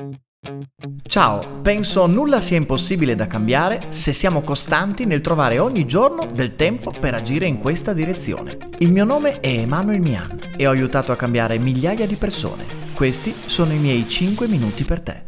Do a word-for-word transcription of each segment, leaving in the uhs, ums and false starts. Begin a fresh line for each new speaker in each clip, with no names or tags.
Ciao, penso nulla sia impossibile da cambiare se siamo costanti nel trovare ogni giorno del tempo per agire in questa direzione. Il mio nome è Emanuel Mian e ho aiutato a cambiare migliaia di persone. Questi sono i miei cinque minuti per te.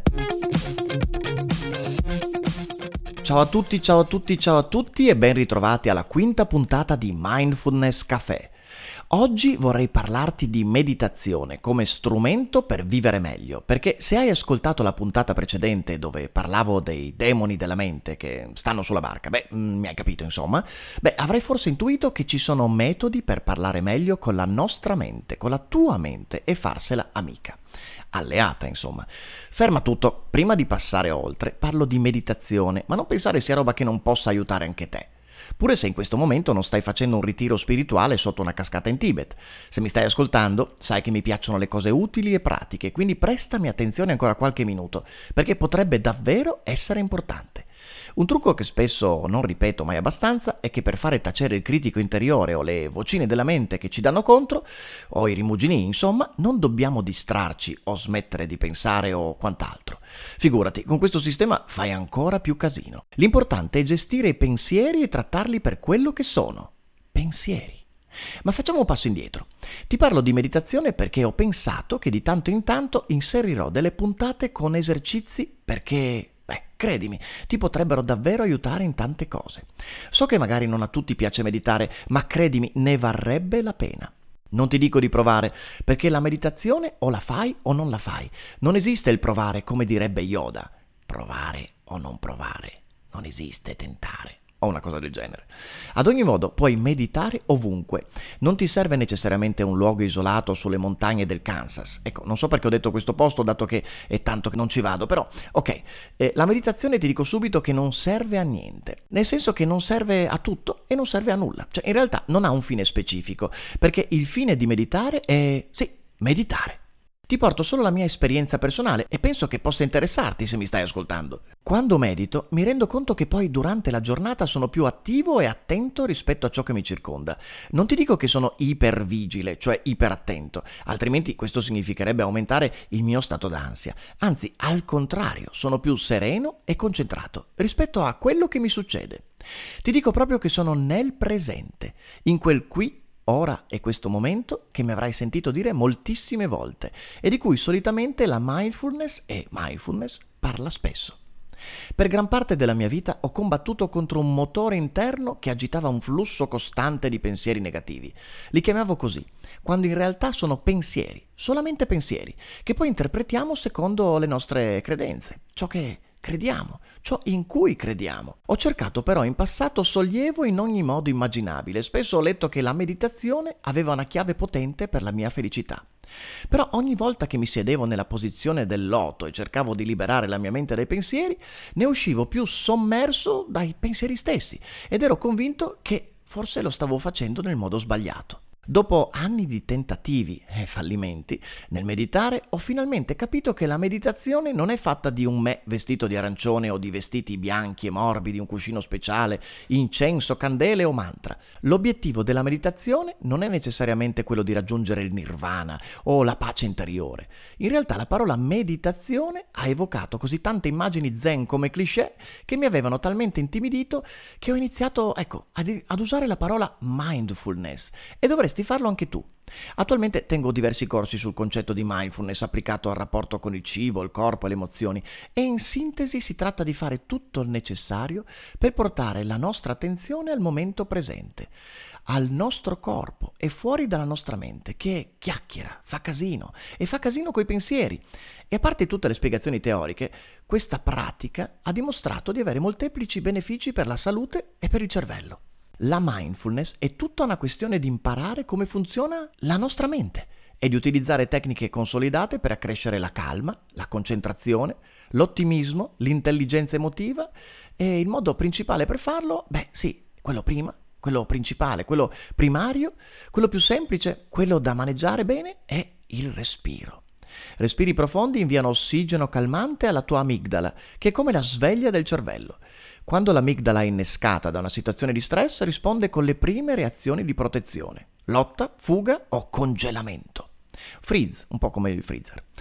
Ciao a tutti, ciao a tutti, ciao a tutti e ben ritrovati alla quinta puntata di Mindfulness Café. Oggi vorrei parlarti di meditazione come strumento per vivere meglio, perché se hai ascoltato la puntata precedente dove parlavo dei demoni della mente che stanno sulla barca, beh, mi hai capito insomma, beh, avrai forse intuito che ci sono metodi per parlare meglio con la nostra mente, con la tua mente e farsela amica. Alleata, insomma. Ferma tutto, prima di passare oltre, parlo di meditazione, ma non pensare sia roba che non possa aiutare anche te. Pure se in questo momento non stai facendo un ritiro spirituale sotto una cascata in Tibet. Se mi stai ascoltando, sai che mi piacciono le cose utili e pratiche, quindi prestami attenzione ancora qualche minuto, perché potrebbe davvero essere importante. Un trucco che spesso non ripeto mai abbastanza è che per fare tacere il critico interiore o le vocine della mente che ci danno contro, o i rimugini, insomma, non dobbiamo distrarci o smettere di pensare o quant'altro. Figurati, con questo sistema fai ancora più casino. L'importante è gestire i pensieri e trattarli per quello che sono. Pensieri. Ma facciamo un passo indietro. Ti parlo di meditazione perché ho pensato che di tanto in tanto inserirò delle puntate con esercizi perché... Credimi, ti potrebbero davvero aiutare in tante cose. So che magari non a tutti piace meditare, ma credimi, ne varrebbe la pena. Non ti dico di provare, perché la meditazione o la fai o non la fai. Non esiste il provare, come direbbe Yoda. Provare o non provare. Non esiste tentare. O una cosa del genere. Ad ogni modo, puoi meditare ovunque. Non ti serve necessariamente un luogo isolato sulle montagne del Kansas. Ecco, non so perché ho detto questo posto, dato che è tanto che non ci vado, però, ok, eh, la meditazione ti dico subito che non serve a niente. Nel senso che non serve a tutto e non serve a nulla. Cioè, in realtà non ha un fine specifico, perché il fine di meditare è, sì, meditare. Ti porto solo la mia esperienza personale e penso che possa interessarti se mi stai ascoltando. Quando medito mi rendo conto che poi durante la giornata sono più attivo e attento rispetto a ciò che mi circonda. Non ti dico che sono ipervigile, cioè iperattento, altrimenti questo significherebbe aumentare il mio stato d'ansia. Anzi, al contrario, sono più sereno e concentrato rispetto a quello che mi succede. Ti dico proprio che sono nel presente, in quel qui. Ora è questo momento che mi avrai sentito dire moltissime volte e di cui solitamente la mindfulness e mindfulness parla spesso. Per gran parte della mia vita ho combattuto contro un motore interno che agitava un flusso costante di pensieri negativi. Li chiamavo così, quando in realtà sono pensieri, solamente pensieri, che poi interpretiamo secondo le nostre credenze, ciò che crediamo, ciò in cui crediamo. Ho cercato però in passato sollievo in ogni modo immaginabile. Spesso ho letto che la meditazione aveva una chiave potente per la mia felicità. Però ogni volta che mi sedevo nella posizione del loto e cercavo di liberare la mia mente dai pensieri, ne uscivo più sommerso dai pensieri stessi ed ero convinto che forse lo stavo facendo nel modo sbagliato. Dopo anni di tentativi e fallimenti nel meditare, ho finalmente capito che la meditazione non è fatta di un me vestito di arancione o di vestiti bianchi e morbidi, un cuscino speciale, incenso, candele o mantra. L'obiettivo della meditazione non è necessariamente quello di raggiungere il nirvana o la pace interiore. In realtà la parola meditazione ha evocato così tante immagini zen come cliché che mi avevano talmente intimidito che ho iniziato, ecco, ad, ad usare la parola mindfulness e dovresti farlo anche tu. Attualmente tengo diversi corsi sul concetto di mindfulness applicato al rapporto con il cibo, il corpo e le emozioni e in sintesi si tratta di fare tutto il necessario per portare la nostra attenzione al momento presente, al nostro corpo e fuori dalla nostra mente che chiacchiera, fa casino e fa casino coi pensieri. E a parte tutte le spiegazioni teoriche, questa pratica ha dimostrato di avere molteplici benefici per la salute e per il cervello. La mindfulness è tutta una questione di imparare come funziona la nostra mente e di utilizzare tecniche consolidate per accrescere la calma, la concentrazione, l'ottimismo, l'intelligenza emotiva e il modo principale per farlo, beh sì, quello prima, quello principale, quello primario, quello più semplice, quello da maneggiare bene è il respiro. Respiri profondi inviano ossigeno calmante alla tua amigdala, che è come la sveglia del cervello. Quando l'amigdala è innescata da una situazione di stress, risponde con le prime reazioni di protezione: lotta, fuga o congelamento. Freeze, un po' come il freezer.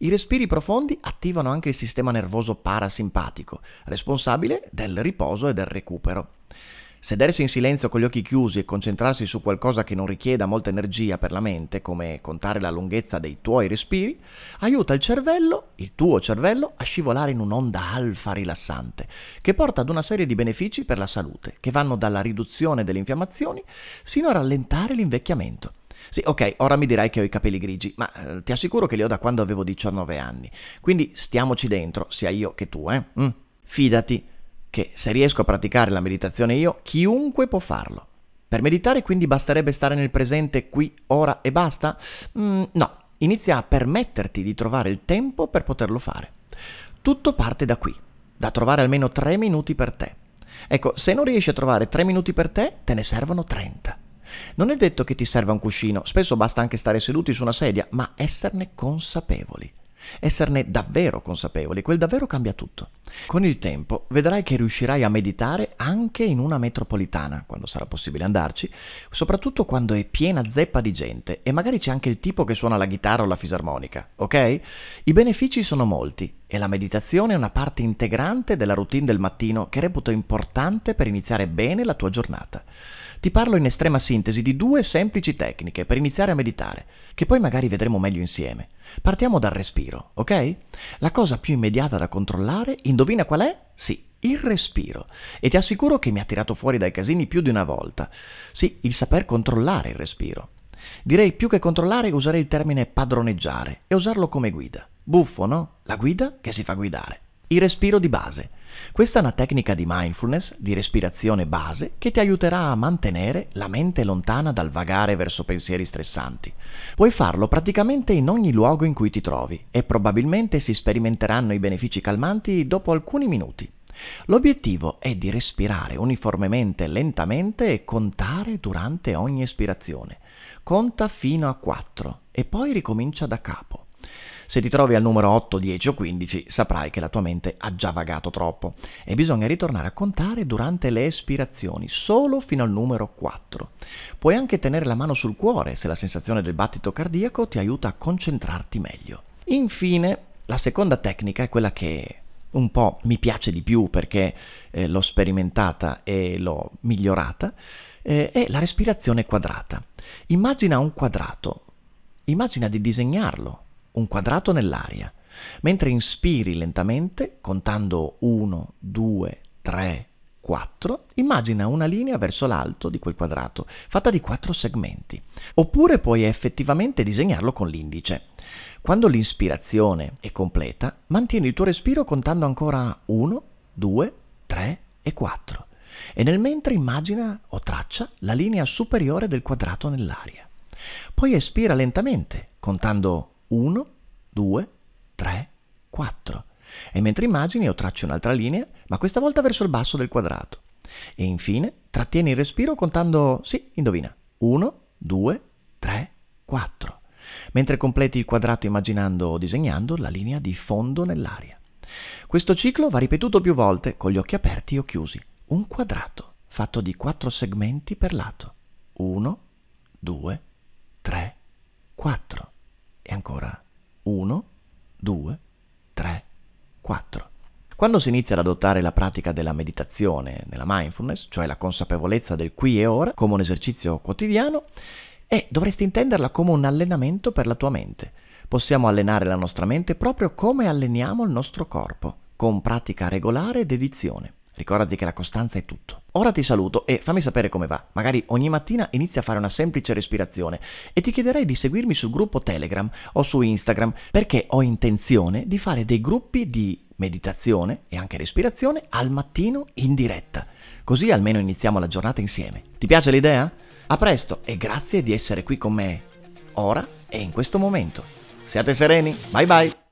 I respiri profondi attivano anche il sistema nervoso parasimpatico, responsabile del riposo e del recupero. Sedersi in silenzio con gli occhi chiusi e concentrarsi su qualcosa che non richieda molta energia per la mente, come contare la lunghezza dei tuoi respiri, aiuta il cervello, il tuo cervello, a scivolare in un'onda alfa rilassante, che porta ad una serie di benefici per la salute, che vanno dalla riduzione delle infiammazioni sino a rallentare l'invecchiamento. Sì, ok, ora mi dirai che ho i capelli grigi, ma eh, ti assicuro che li ho da quando avevo diciannove anni, quindi stiamoci dentro, sia io che tu, eh? Mm. Fidati che se riesco a praticare la meditazione io, chiunque può farlo. Per meditare quindi basterebbe stare nel presente qui, ora e basta? Mm, no, inizia a permetterti di trovare il tempo per poterlo fare. Tutto parte da qui, da trovare almeno tre minuti per te. Ecco, se non riesci a trovare tre minuti per te, te ne servono trenta. Non è detto che ti serva un cuscino, spesso basta anche stare seduti su una sedia, ma esserne consapevoli. Esserne davvero consapevoli, quel davvero cambia tutto. Con il tempo vedrai che riuscirai a meditare anche in una metropolitana, quando sarà possibile andarci, soprattutto quando è piena zeppa di gente e magari c'è anche il tipo che suona la chitarra o la fisarmonica, ok? I benefici sono molti e la meditazione è una parte integrante della routine del mattino che reputo importante per iniziare bene la tua giornata. Ti parlo in estrema sintesi di due semplici tecniche per iniziare a meditare, che poi magari vedremo meglio insieme. Partiamo dal respiro, ok? La cosa più immediata da controllare, indovina qual è? Sì, il respiro. E ti assicuro che mi ha tirato fuori dai casini più di una volta. Sì, il saper controllare il respiro. Direi più che controllare userei il termine padroneggiare e usarlo come guida. Buffo, no? La guida che si fa guidare. Il respiro di base. Questa è una tecnica di mindfulness, di respirazione base, che ti aiuterà a mantenere la mente lontana dal vagare verso pensieri stressanti. Puoi farlo praticamente in ogni luogo in cui ti trovi e probabilmente si sperimenteranno i benefici calmanti dopo alcuni minuti. L'obiettivo è di respirare uniformemente lentamente e contare durante ogni espirazione. Conta fino a quattro e poi ricomincia da capo. Se ti trovi al numero otto, dieci o quindici, saprai che la tua mente ha già vagato troppo e bisogna ritornare a contare durante le espirazioni, solo fino al numero quattro. Puoi anche tenere la mano sul cuore se la sensazione del battito cardiaco ti aiuta a concentrarti meglio. Infine, la seconda tecnica è quella che un po' mi piace di più perché eh, l'ho sperimentata e l'ho migliorata, eh, è la respirazione quadrata. Immagina un quadrato, immagina di disegnarlo. Un quadrato nell'aria. Mentre inspiri lentamente, contando uno, due, tre, quattro, immagina una linea verso l'alto di quel quadrato, fatta di quattro segmenti. Oppure puoi effettivamente disegnarlo con l'indice. Quando l'inspirazione è completa, mantieni il tuo respiro contando ancora uno, due, tre e quattro. E nel mentre immagina o traccia la linea superiore del quadrato nell'aria. Poi espira lentamente, contando uno, due, tre, quattro. E mentre immagini o tracci un'altra linea, ma questa volta verso il basso del quadrato. E infine trattieni il respiro contando, sì, indovina, uno, due, tre, quattro. Mentre completi il quadrato immaginando o disegnando la linea di fondo nell'aria. Questo ciclo va ripetuto più volte con gli occhi aperti o chiusi. Un quadrato fatto di quattro segmenti per lato. uno, due, tre, quattro. E ancora uno, due, tre, quattro. Quando si inizia ad adottare la pratica della meditazione nella mindfulness, cioè la consapevolezza del qui e ora, come un esercizio quotidiano, e dovresti intenderla come un allenamento per la tua mente. Possiamo allenare la nostra mente proprio come alleniamo il nostro corpo, con pratica regolare e dedizione. Ricordati che la costanza è tutto. Ora ti saluto e fammi sapere come va. Magari ogni mattina inizi a fare una semplice respirazione e ti chiederei di seguirmi sul gruppo Telegram o su Instagram perché ho intenzione di fare dei gruppi di meditazione e anche respirazione al mattino in diretta. Così almeno iniziamo la giornata insieme. Ti piace l'idea? A presto e grazie di essere qui con me ora e in questo momento. Siate sereni. Bye bye.